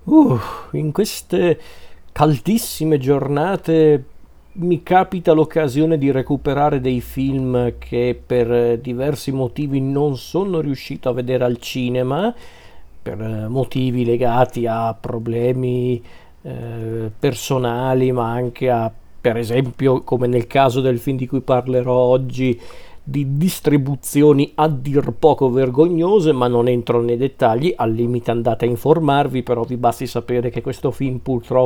In queste caldissime giornate mi capita l'occasione di recuperare dei film che per diversi motivi non sono riuscito a vedere al cinema, per motivi legati a problemi personali, ma anche a, per esempio, come nel caso del film di cui parlerò oggi, di distribuzioni a dir poco vergognose, ma non entro nei dettagli, al limite andate a informarvi, però vi basti sapere che questo film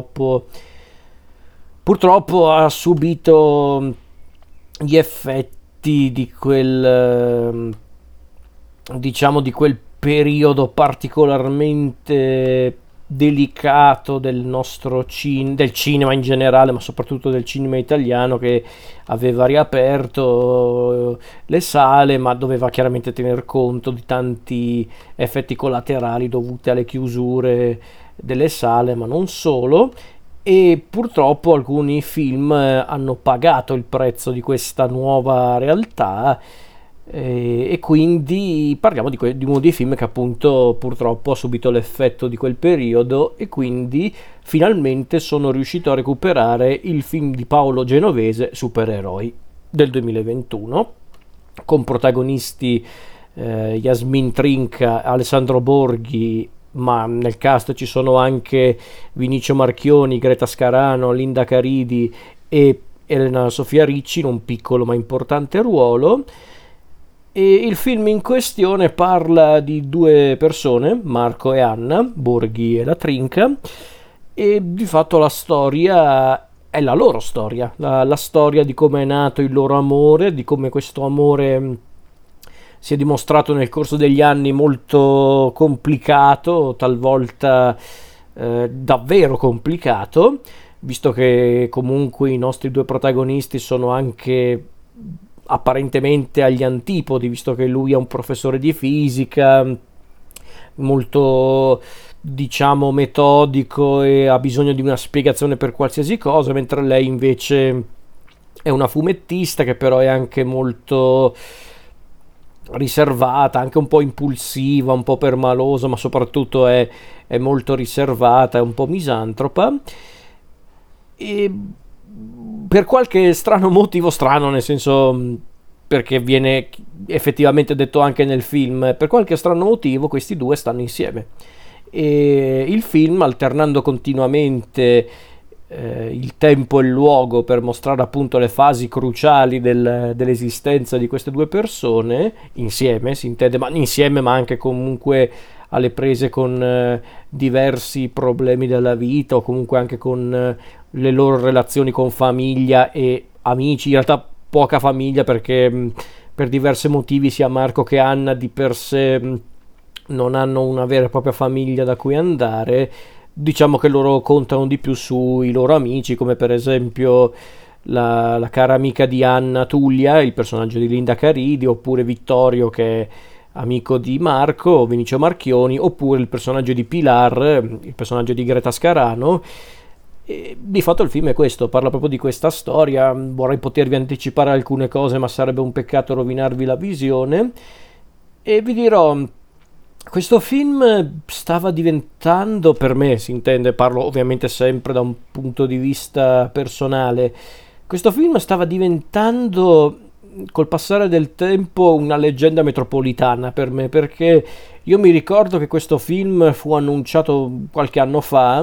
purtroppo ha subito gli effetti di quel, diciamo, di quel periodo particolarmente delicato del nostro del cinema in generale, ma soprattutto del cinema italiano, che aveva riaperto le sale, ma doveva chiaramente tener conto di tanti effetti collaterali dovuti alle chiusure delle sale, ma non solo. E purtroppo alcuni film hanno pagato il prezzo di questa nuova realtà, e quindi parliamo di uno dei film che appunto purtroppo ha subito l'effetto di quel periodo, e quindi finalmente sono riuscito a recuperare il film di Paolo Genovese, Supereroi, del 2021, con protagonisti Yasmin Trinca, Alessandro Borghi, ma nel cast ci sono anche Vinicio Marchioni, Greta Scarano, Linda Caridi e Elena Sofia Ricci in un piccolo ma importante ruolo. E il film in questione parla di due persone, Marco e Anna, Borghi e la Trinca, e di fatto la storia è la loro storia, la storia di come è nato il loro amore, di come questo amore si è dimostrato nel corso degli anni molto complicato, talvolta davvero complicato, visto che comunque i nostri due protagonisti sono anche apparentemente agli antipodi, visto che lui è un professore di fisica molto, diciamo, metodico e ha bisogno di una spiegazione per qualsiasi cosa, mentre lei invece è una fumettista che però è anche molto riservata, anche un po' impulsiva, un po' permalosa, ma soprattutto è molto riservata, è un po' misantropa. E per qualche strano motivo, strano nel senso, perché viene effettivamente detto anche nel film, per qualche strano motivo questi due stanno insieme, e il film, alternando continuamente il tempo e il luogo per mostrare appunto le fasi cruciali dell'esistenza di queste due persone insieme, si intende, ma insieme, ma anche comunque alle prese con diversi problemi della vita, o comunque anche con le loro relazioni con famiglia e amici, in realtà poca famiglia, perché per diversi motivi sia Marco che Anna di per sé non hanno una vera e propria famiglia da cui andare. Diciamo che loro contano di più sui loro amici, come per esempio la cara amica di Anna, Tullia, il personaggio di Linda Caridi, oppure Vittorio, che è amico di Marco, Vinicio Marchioni, oppure il personaggio di Pilar, il personaggio di Greta Scarano. E di fatto il film è questo, parla proprio di questa storia. Vorrei potervi anticipare alcune cose, ma sarebbe un peccato rovinarvi la visione, e vi dirò, questo film stava diventando, per me si intende, parlo ovviamente sempre da un punto di vista personale, questo film stava diventando col passare del tempo una leggenda metropolitana per me, perché io mi ricordo che questo film fu annunciato qualche anno fa,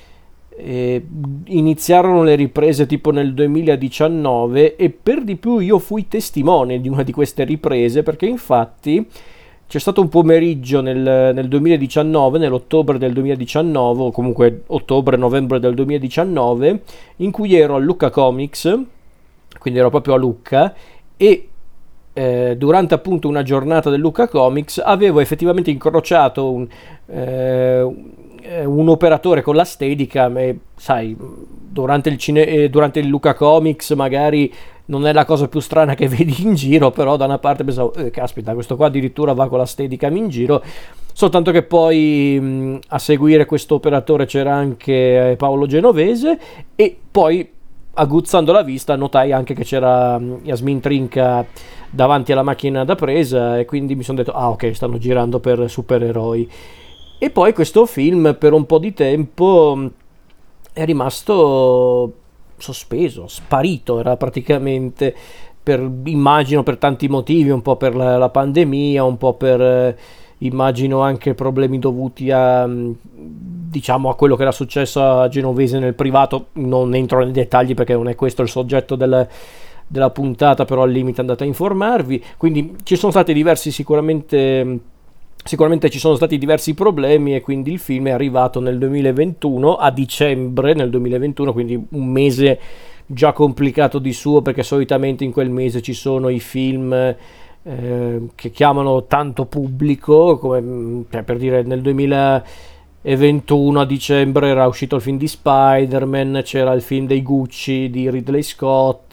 e iniziarono le riprese tipo nel 2019, e per di più io fui testimone di una di queste riprese, perché infatti c'è stato un pomeriggio nel 2019, nell'ottobre del 2019, o comunque ottobre-novembre del 2019, in cui ero a Lucca Comics, quindi ero proprio a Lucca, e durante appunto una giornata del Lucca Comics avevo effettivamente incrociato un operatore con la Steadicam, e sai, durante il Lucca Comics magari non è la cosa più strana che vedi in giro, però da una parte pensavo, caspita, questo qua addirittura va con la Steadicam in giro, soltanto che poi a seguire questo operatore c'era anche Paolo Genovese, e poi aguzzando la vista notai anche che c'era Yasmin Trinca davanti alla macchina da presa, e quindi mi sono detto, ah ok, stanno girando per Supereroi. E poi questo film per un po' di tempo è rimasto sospeso, sparito, era praticamente immagino per tanti motivi, un po' per la pandemia, un po' per immagino anche problemi dovuti a diciamo a quello che era successo a Genovese nel privato. Non entro nei dettagli perché non è questo il soggetto della puntata, però al limite andate a informarvi. Quindi ci sono stati diversi sicuramente ci sono stati diversi problemi, e quindi il film è arrivato nel 2021, a dicembre nel 2021, quindi un mese già complicato di suo, perché solitamente in quel mese ci sono i film che chiamano tanto pubblico, come per dire nel 2021 a dicembre era uscito il film di Spider-Man, c'era il film dei Gucci di Ridley Scott,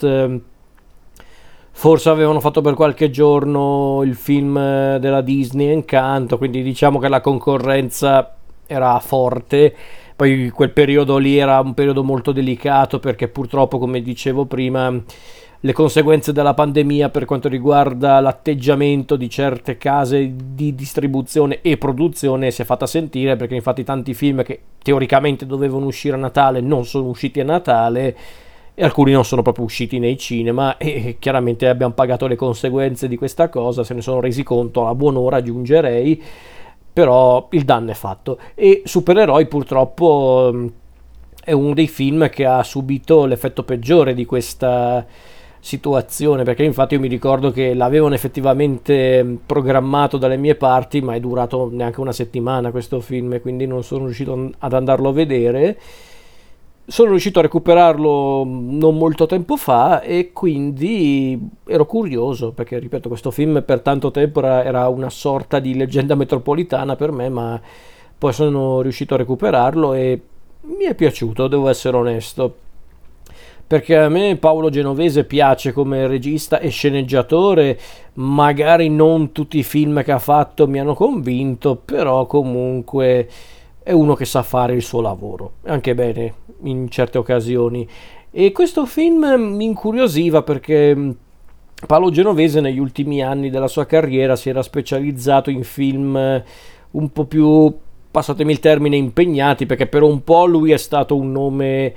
forse avevano fatto per qualche giorno il film della Disney Encanto, quindi diciamo che la concorrenza era forte. Poi quel periodo lì era un periodo molto delicato, perché purtroppo, come dicevo prima, le conseguenze della pandemia per quanto riguarda l'atteggiamento di certe case di distribuzione e produzione si è fatta sentire, perché infatti tanti film che teoricamente dovevano uscire a Natale non sono usciti a Natale, e alcuni non sono proprio usciti nei cinema, e chiaramente abbiamo pagato le conseguenze di questa cosa, se ne sono resi conto a buon'ora, aggiungerei, però il danno è fatto. E Supereroi purtroppo è uno dei film che ha subito l'effetto peggiore di questa situazione, perché infatti io mi ricordo che l'avevano effettivamente programmato dalle mie parti, ma è durato neanche una settimana questo film, quindi non sono riuscito ad andarlo a vedere. Sono riuscito a recuperarlo non molto tempo fa, e quindi ero curioso, perché ripeto, questo film per tanto tempo era una sorta di leggenda metropolitana per me, ma poi sono riuscito a recuperarlo e mi è piaciuto, devo essere onesto, perché a me Paolo Genovese piace come regista e sceneggiatore. Magari non tutti i film che ha fatto mi hanno convinto, però comunque è uno che sa fare il suo lavoro, anche bene in certe occasioni. E questo film mi incuriosiva perché Paolo Genovese negli ultimi anni della sua carriera si era specializzato in film un po' più, passatemi il termine, impegnati, perché per un po' lui è stato un nome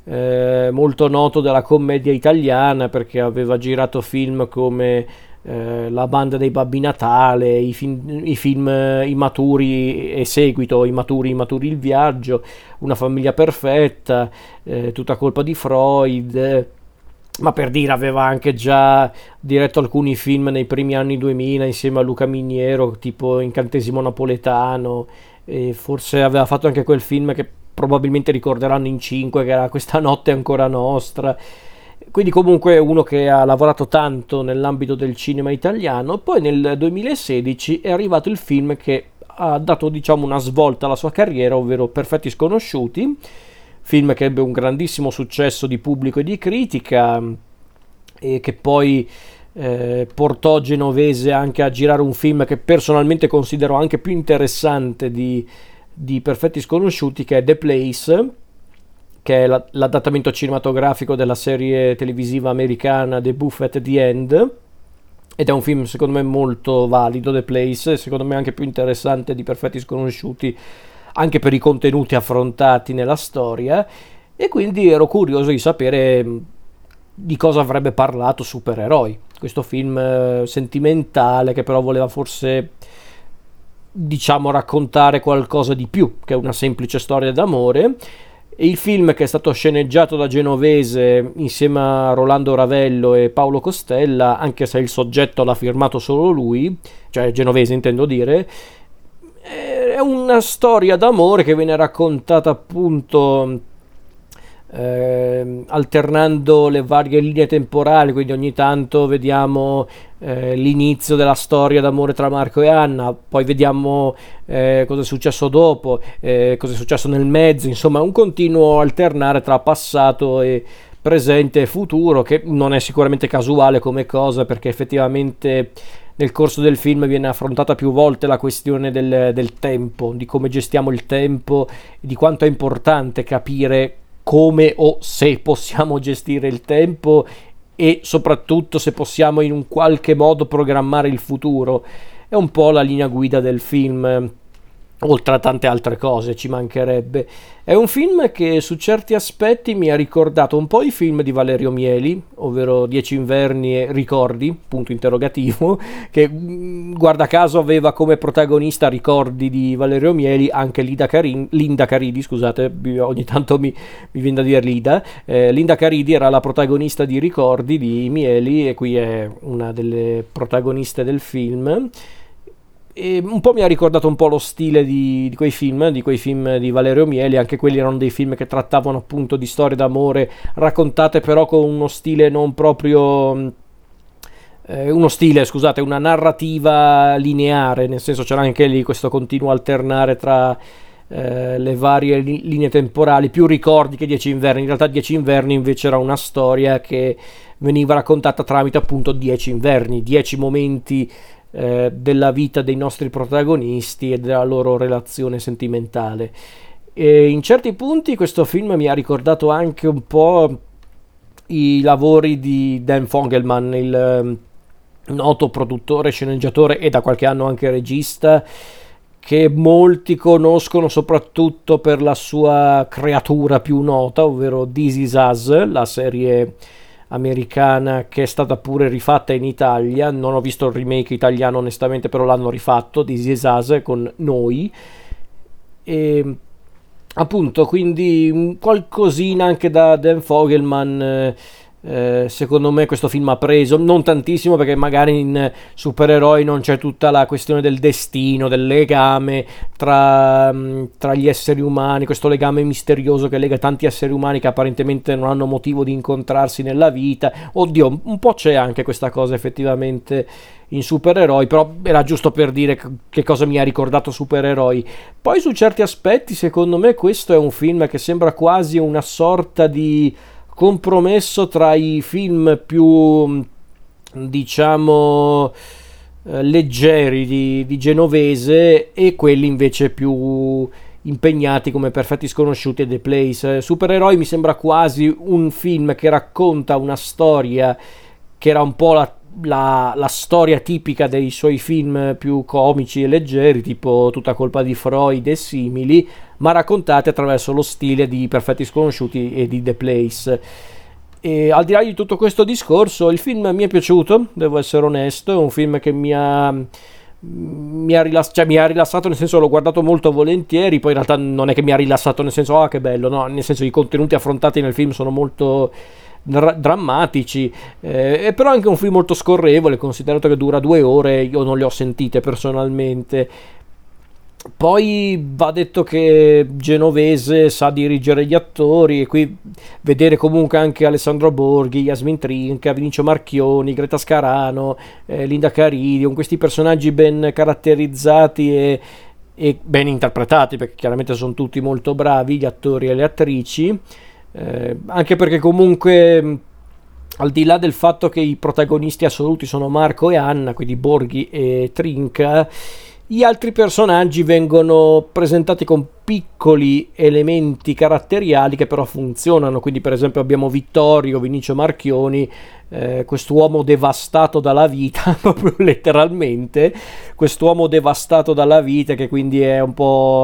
molto noto della commedia italiana, perché aveva girato film come La banda dei Babbi Natale, i film immaturi e seguito, immaturi il viaggio, Una famiglia perfetta, Tutta colpa di Freud. Ma per dire, aveva anche già diretto alcuni film nei primi anni 2000 insieme a Luca Miniero, tipo Incantesimo napoletano, e forse aveva fatto anche quel film che probabilmente ricorderanno in 5, che era Questa notte è ancora nostra. Quindi comunque uno che ha lavorato tanto nell'ambito del cinema italiano. Poi nel 2016 è arrivato il film che ha dato, diciamo, una svolta alla sua carriera, ovvero Perfetti sconosciuti, film che ebbe un grandissimo successo di pubblico e di critica, e che poi portò Genovese anche a girare un film che personalmente considero anche più interessante di Perfetti sconosciuti, che è The Place, che è l'adattamento cinematografico della serie televisiva americana The Buffet at the End, ed è un film secondo me molto valido, The Place, secondo me anche più interessante di Perfetti sconosciuti, anche per i contenuti affrontati nella storia. E quindi ero curioso di sapere di cosa avrebbe parlato Supereroi, questo film sentimentale che però voleva forse, diciamo, raccontare qualcosa di più che una semplice storia d'amore. E il film, che è stato sceneggiato da Genovese insieme a Rolando Ravello e Paolo Costella, anche se il soggetto l'ha firmato solo lui, cioè Genovese intendo dire, è una storia d'amore che viene raccontata appunto alternando le varie linee temporali, quindi ogni tanto vediamo l'inizio della storia d'amore tra Marco e Anna, poi vediamo cosa è successo dopo, cosa è successo nel mezzo, insomma un continuo alternare tra passato e presente e futuro, che non è sicuramente casuale come cosa, perché effettivamente nel corso del film viene affrontata più volte la questione del tempo, di come gestiamo il tempo, di quanto è importante capire come o se possiamo gestire il tempo, e soprattutto se possiamo in un qualche modo programmare il futuro. È un po' la linea guida del film. oltre a tante altre cose, ci mancherebbe. È un film che su certi aspetti mi ha ricordato un po' i film di Valerio Mieli, ovvero Dieci inverni e Ricordi, punto interrogativo, che guarda caso aveva come protagonista Ricordi di Valerio Mieli anche Linda Caridi, scusate, ogni tanto mi viene da dire Lida. Linda Caridi era la protagonista di Ricordi di Mieli e qui è una delle protagoniste del film. E un po' mi ha ricordato un po' lo stile di quei film, di Valerio Mieli. Anche quelli erano dei film che trattavano appunto di storie d'amore raccontate però con uno stile non proprio scusate, una narrativa lineare, nel senso c'era anche lì questo continuo alternare tra le varie linee temporali, più Ricordi che Dieci inverni. In realtà Dieci inverni invece era una storia che veniva raccontata tramite appunto 10 inverni, 10 momenti della vita dei nostri protagonisti e della loro relazione sentimentale. E in certi punti questo film mi ha ricordato anche un po' i lavori di Dan Fogelman, il noto produttore, sceneggiatore e da qualche anno anche regista, che molti conoscono soprattutto per la sua creatura più nota, ovvero This Is Us, la serie americana che è stata pure rifatta in Italia. Non ho visto il remake italiano onestamente, però l'hanno rifatto, This Is Us, con Noi. E appunto, quindi qualcosina anche da Dan Fogelman. Secondo me questo film ha preso, non tantissimo perché magari in supereroi non c'è tutta la questione del destino, del legame tra gli esseri umani, questo legame misterioso che lega tanti esseri umani che apparentemente non hanno motivo di incontrarsi nella vita. Oddio, un po' c'è anche questa cosa effettivamente in supereroi, però era giusto per dire che cosa mi ha ricordato supereroi. Poi su certi aspetti secondo me questo è un film che sembra quasi una sorta di compromesso tra i film più, diciamo, leggeri di Genovese e quelli invece più impegnati come Perfetti Sconosciuti e The Place. Supereroi mi sembra quasi un film che racconta una storia che era un po' la storia tipica dei suoi film più comici e leggeri, tipo Tutta colpa di Freud e simili, ma raccontate attraverso lo stile di Perfetti Sconosciuti e di The Place. E al di là di tutto questo discorso, il film mi è piaciuto, devo essere onesto. È un film che mi ha rilassato, nel senso l'ho guardato molto volentieri. Poi in realtà non è che mi ha rilassato nel senso che bello, no, nel senso i contenuti affrontati nel film sono molto drammatici, è però anche un film molto scorrevole, considerato che dura 2 ore. Io non le ho sentite personalmente. Poi va detto che Genovese sa dirigere gli attori, e qui vedere comunque anche Alessandro Borghi, Yasmin Trinca, Vinicio Marchioni, Greta Scarano, Linda Caridi, con questi personaggi ben caratterizzati e ben interpretati, perché chiaramente sono tutti molto bravi gli attori e le attrici. Anche perché comunque, al di là del fatto che i protagonisti assoluti sono Marco e Anna, quindi Borghi e Trinca, gli altri personaggi vengono presentati con piccoli elementi caratteriali che però funzionano. Quindi per esempio abbiamo Vittorio, Vinicio Marchioni, quest'uomo devastato dalla vita, proprio letteralmente, quest'uomo devastato dalla vita che quindi è un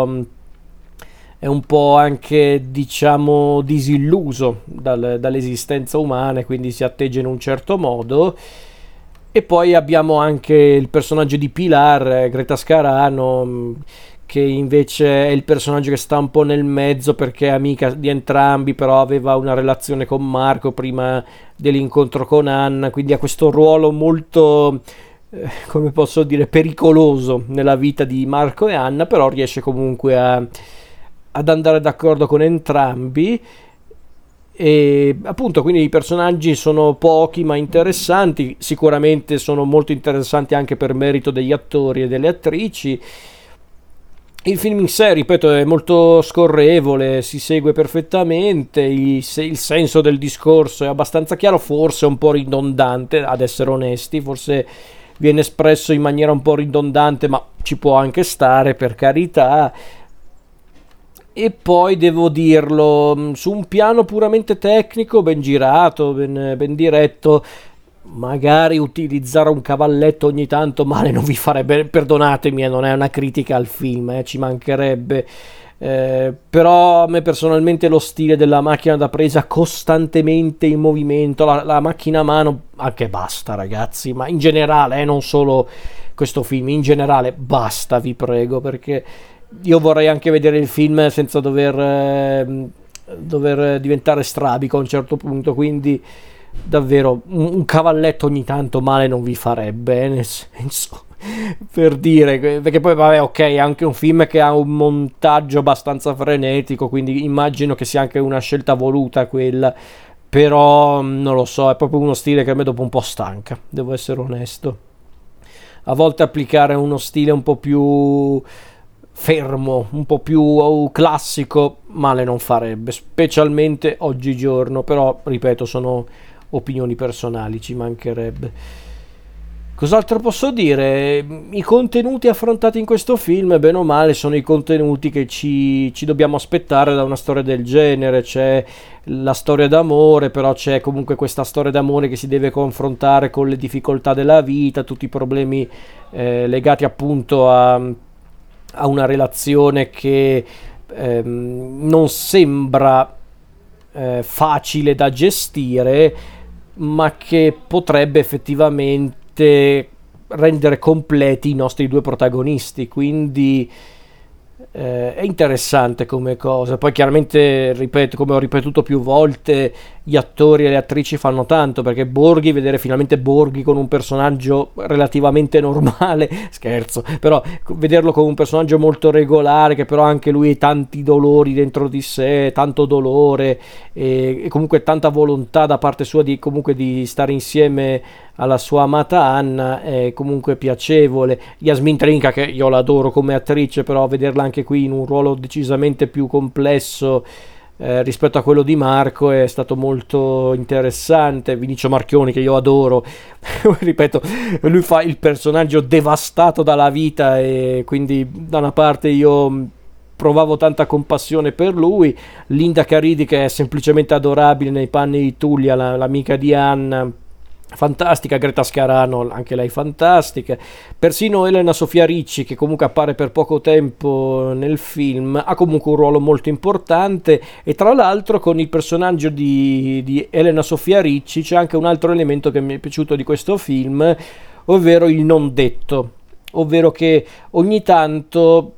po' anche, diciamo, disilluso dall'esistenza umana, e quindi si atteggia in un certo modo. E poi abbiamo anche il personaggio di Pilar, Greta Scarano, che invece è il personaggio che sta un po' nel mezzo perché è amica di entrambi, però aveva una relazione con Marco prima dell'incontro con Anna, quindi ha questo ruolo molto, come posso dire, pericoloso nella vita di Marco e Anna, però riesce comunque ad andare d'accordo con entrambi. E appunto, quindi i personaggi sono pochi ma interessanti, sicuramente sono molto interessanti anche per merito degli attori e delle attrici. Il film in sé, ripeto, è molto scorrevole, si segue perfettamente, il senso del discorso è abbastanza chiaro, forse un po' ridondante, ad essere onesti, forse viene espresso in maniera un po' ridondante, ma ci può anche stare, per carità. E poi devo dirlo, su un piano puramente tecnico, ben girato, ben diretto, magari utilizzare un cavalletto ogni tanto male non vi farebbe, perdonatemi, non è una critica al film, ci mancherebbe. Però a me personalmente lo stile della macchina da presa costantemente in movimento, la macchina a mano, anche basta ragazzi, ma in generale, non solo questo film, in generale basta, vi prego, perché io vorrei anche vedere il film senza dover diventare strabico a un certo punto, quindi davvero un cavalletto ogni tanto male non vi farebbe, nel senso, per dire, perché poi vabbè, ok, è anche un film che ha un montaggio abbastanza frenetico, quindi immagino che sia anche una scelta voluta quella, però non lo so, è proprio uno stile che a me dopo un po' stanca, devo essere onesto. A volte applicare uno stile un po' più fermo, un po' più classico, male non farebbe, specialmente oggigiorno, però ripeto, sono opinioni personali, ci mancherebbe. Cos'altro posso dire? I contenuti affrontati in questo film, bene o male, sono i contenuti che ci dobbiamo aspettare da una storia del genere. C'è la storia d'amore, però c'è comunque questa storia d'amore che si deve confrontare con le difficoltà della vita, tutti i problemi legati appunto a una relazione che non sembra facile da gestire, ma che potrebbe effettivamente rendere completi i nostri due protagonisti. Quindi è interessante come cosa. Poi chiaramente, ripeto, come ho ripetuto più volte, gli attori e le attrici fanno tanto, perché Borghi, vedere finalmente Borghi con un personaggio relativamente normale, scherzo, però vederlo con un personaggio molto regolare, che però anche lui ha tanti dolori dentro di sé, tanto dolore e comunque tanta volontà da parte sua di comunque di stare insieme alla sua amata Anna, è comunque piacevole. Yasmin Trinca, che io l'adoro come attrice, però vederla anche qui in un ruolo decisamente più complesso rispetto a quello di Marco è stato molto interessante. Vinicio Marchioni, che io adoro, ripeto, lui fa il personaggio devastato dalla vita, e quindi da una parte io provavo tanta compassione per lui. Linda Caridi, che è semplicemente adorabile nei panni di Tullia, l'amica di Anna, fantastica. Greta Scarano, anche lei fantastica. Persino Elena Sofia Ricci, che comunque appare per poco tempo nel film, ha comunque un ruolo molto importante. E tra l'altro con il personaggio di Elena Sofia Ricci c'è anche un altro elemento che mi è piaciuto di questo film, ovvero il non detto, ovvero che ogni tanto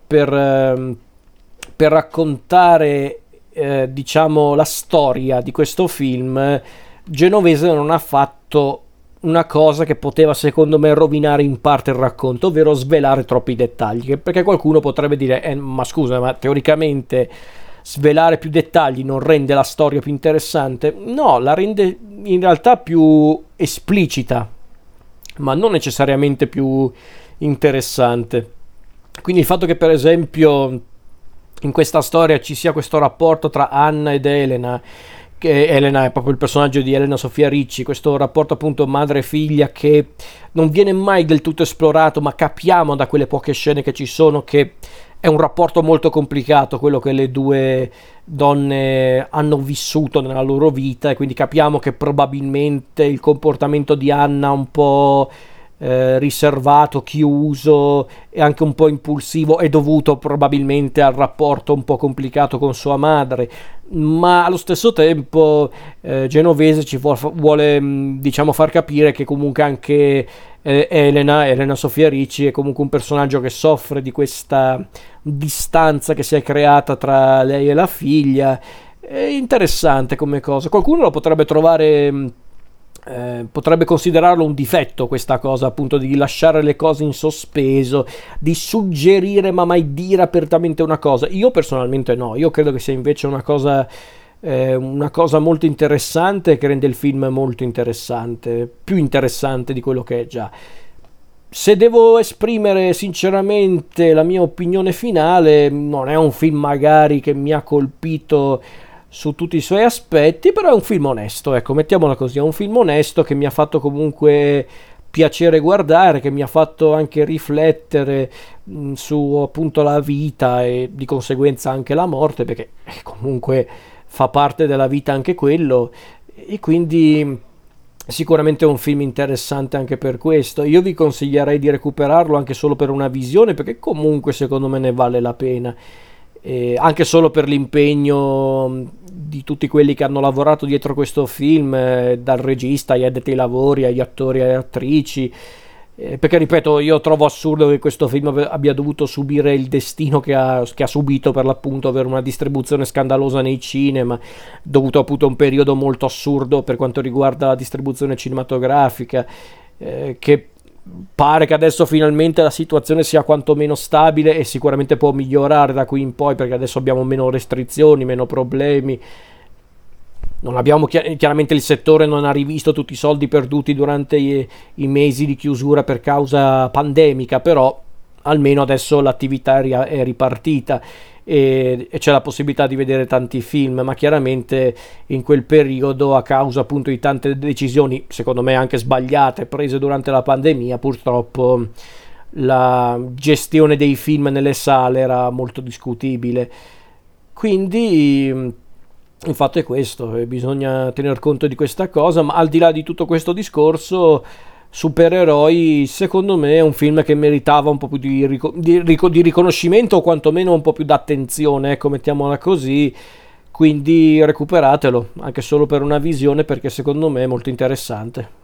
per raccontare diciamo la storia di questo film, Genovese non ha fatto una cosa che poteva secondo me rovinare in parte il racconto, ovvero svelare troppi dettagli, perché qualcuno potrebbe dire ma scusa, ma teoricamente svelare più dettagli non rende la storia più interessante? No, la rende in realtà più esplicita, ma non necessariamente più interessante. Quindi il fatto che per esempio in questa storia ci sia questo rapporto tra Anna ed Elena, che Elena è proprio il personaggio di Elena Sofia Ricci, questo rapporto appunto madre e figlia che non viene mai del tutto esplorato, ma capiamo da quelle poche scene che ci sono che è un rapporto molto complicato quello che le due donne hanno vissuto nella loro vita, e quindi capiamo che probabilmente il comportamento di Anna un po' riservato, chiuso e anche un po' impulsivo è dovuto probabilmente al rapporto un po' complicato con sua madre, ma allo stesso tempo Genovese ci vuole diciamo far capire che comunque anche Elena Sofia Ricci è comunque un personaggio che soffre di questa distanza che si è creata tra lei e la figlia. È interessante come cosa. Qualcuno lo potrebbe trovare potrebbe considerarlo un difetto, questa cosa appunto di lasciare le cose in sospeso, di suggerire ma mai dire apertamente una cosa. Io personalmente no, io credo che sia invece una cosa molto interessante, che rende il film molto interessante, più interessante di quello che è già. Se devo esprimere sinceramente la mia opinione finale, non è un film magari che mi ha colpito su tutti i suoi aspetti, però è un film onesto, ecco, mettiamola così, è un film onesto che mi ha fatto comunque piacere guardare, che mi ha fatto anche riflettere su appunto la vita e di conseguenza anche la morte, perché comunque fa parte della vita anche quello, e quindi Sicuramente è un film interessante anche per questo. Io vi consiglierei di recuperarlo anche solo per una visione, perché comunque secondo me ne vale la pena. Anche solo per l'impegno di tutti quelli che hanno lavorato dietro questo film, dal regista agli addetti ai lavori, agli attori e alle attrici. Perché ripeto, io trovo assurdo che questo film abbia dovuto subire il destino che ha subito, per l'appunto, avere una distribuzione scandalosa nei cinema, dovuto appunto a un periodo molto assurdo per quanto riguarda la distribuzione cinematografica, che pare che adesso finalmente la situazione sia quantomeno stabile e sicuramente può migliorare da qui in poi, perché adesso abbiamo meno restrizioni, meno problemi. Non abbiamo chiaramente, il settore non ha rivisto tutti i soldi perduti durante i mesi di chiusura per causa pandemica, però almeno adesso l'attività è ripartita e c'è la possibilità di vedere tanti film, ma chiaramente in quel periodo, a causa appunto di tante decisioni, secondo me anche sbagliate, prese durante la pandemia, purtroppo la gestione dei film nelle sale era molto discutibile. Quindi il fatto è questo, e bisogna tener conto di questa cosa, ma al di là di tutto questo discorso, Supereroi secondo me è un film che meritava un po' più di riconoscimento, o quantomeno un po' più d'attenzione, ecco, mettiamola così. Quindi recuperatelo, anche solo per una visione, perché secondo me è molto interessante.